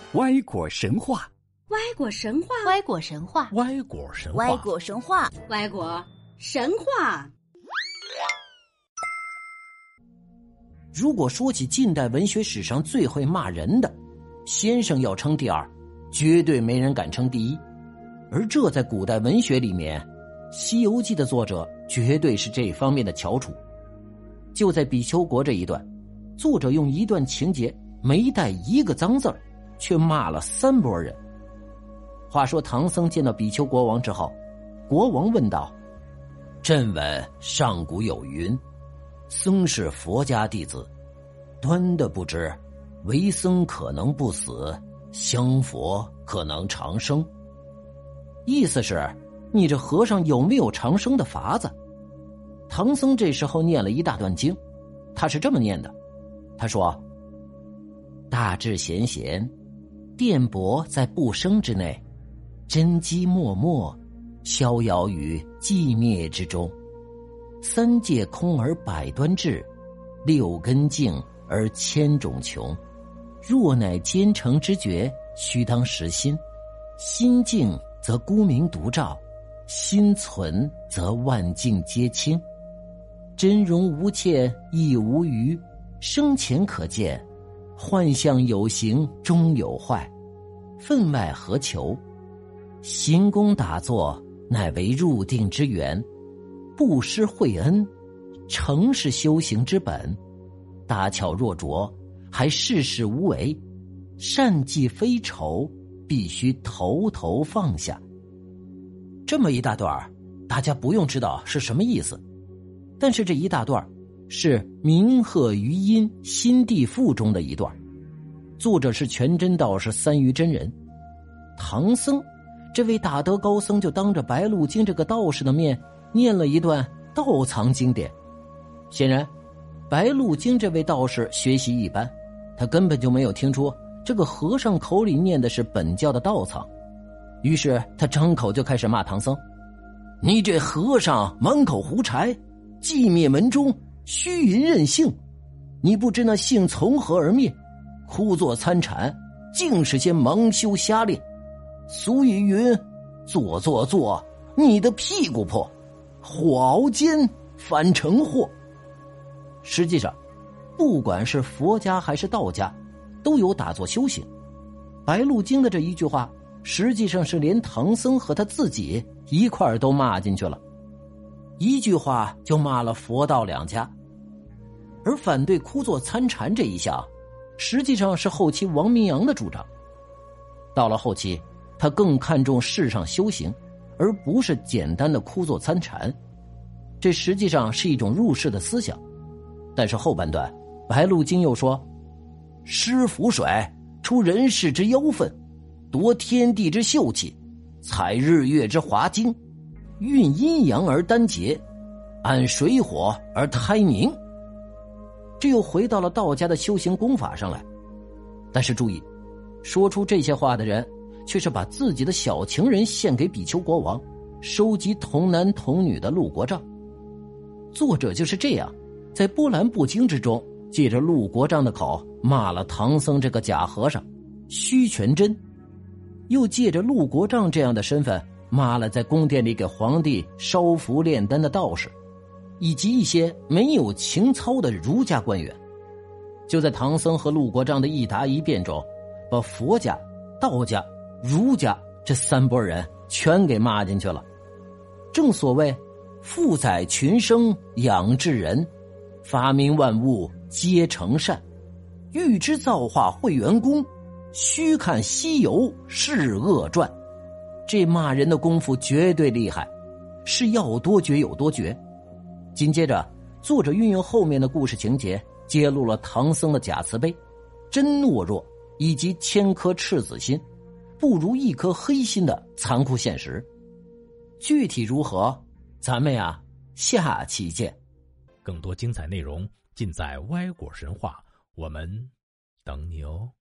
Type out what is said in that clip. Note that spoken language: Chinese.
歪果神话， 歪果神话， 歪果神话， 歪果神话， 歪果神话， 歪果神话。 如果说起近代文学史上最会骂人的，先生要称第二，绝对没人敢称第一。而这在古代文学里面，《西游记》的作者绝对是这方面的翘楚。就在比丘国这一段，作者用一段情节没带一个脏字儿，却骂了3拨人。话说唐僧见到比丘国王之后，国王问道：朕闻上古有云，僧是佛家弟子，端的不知，为僧可能不死，降佛可能长生。意思是你这和尚有没有长生的法子？唐僧这时候念了一大段经，他是这么念的，他说：大智贤贤，电帛在不生之内，真机默默，逍遥于寂灭之中。3界空而百端至，6根净而千种穷。若乃奸诚之觉，须当实心。心静则孤明独照，心存则万境皆清。真容无欠亦无余，生前可见，幻象有形终有坏，分外何求？行功打坐，乃为入定之源。布施惠恩，诚是修行之本。大巧若拙，还事事无为。善计非愁，必须头头放下。这么一大段，大家不用知道是什么意思，但是这一大段是《明鹤余音心地赋》中的一段，作者是全真道士3余真人。唐僧这位大德高僧就当着白鹿精这个道士的面念了一段道藏经典。显然白鹿精这位道士学习一般，他根本就没有听出这个和尚口里念的是本教的道藏，于是他张口就开始骂唐僧：你这和尚满口胡柴，寂灭门中虚云任性，你不知那性从何而灭，枯坐参禅竟是些盲修瞎练。俗语云，坐，你的屁股破，火熬煎反成祸。实际上不管是佛家还是道家，都有打坐修行。白鹿精的这一句话实际上是连唐僧和他自己一块儿都骂进去了，一句话就骂了佛道2家。而反对枯坐参禅这一项，实际上是后期王明阳的主张。到了后期，他更看重世上修行，而不是简单的枯坐参禅，这实际上是一种入世的思想。但是后半段白鹿精又说：施符水，出人世之妖氛，夺天地之秀气，采日月之华精，运阴阳而丹结，按水火而胎凝。这又回到了道家的修行功法上来。但是注意，说出这些话的人却是把自己的小情人献给比丘国王，收集童男童女的陆国丈。作者就是这样在波澜不惊之中，借着陆国丈的口骂了唐僧这个假和尚虚全真，又借着陆国丈这样的身份骂了在宫殿里给皇帝烧符炼丹的道士，以及一些没有情操的儒家官员。就在唐僧和陆国丈的一答一辩中，把佛家、道家、儒家这3拨人全给骂进去了。正所谓富载群生养智人，发明万物皆成善，欲知造化会元功，须看西游是恶传。这骂人的功夫绝对厉害，是要多绝有多绝。紧接着作者运用后面的故事情节，揭露了唐僧的假慈悲、真懦弱以及千颗赤子心不如一颗黑心的残酷现实。具体如何，咱们下期见。 更多精彩内容尽在歪果神话，我们等你哦。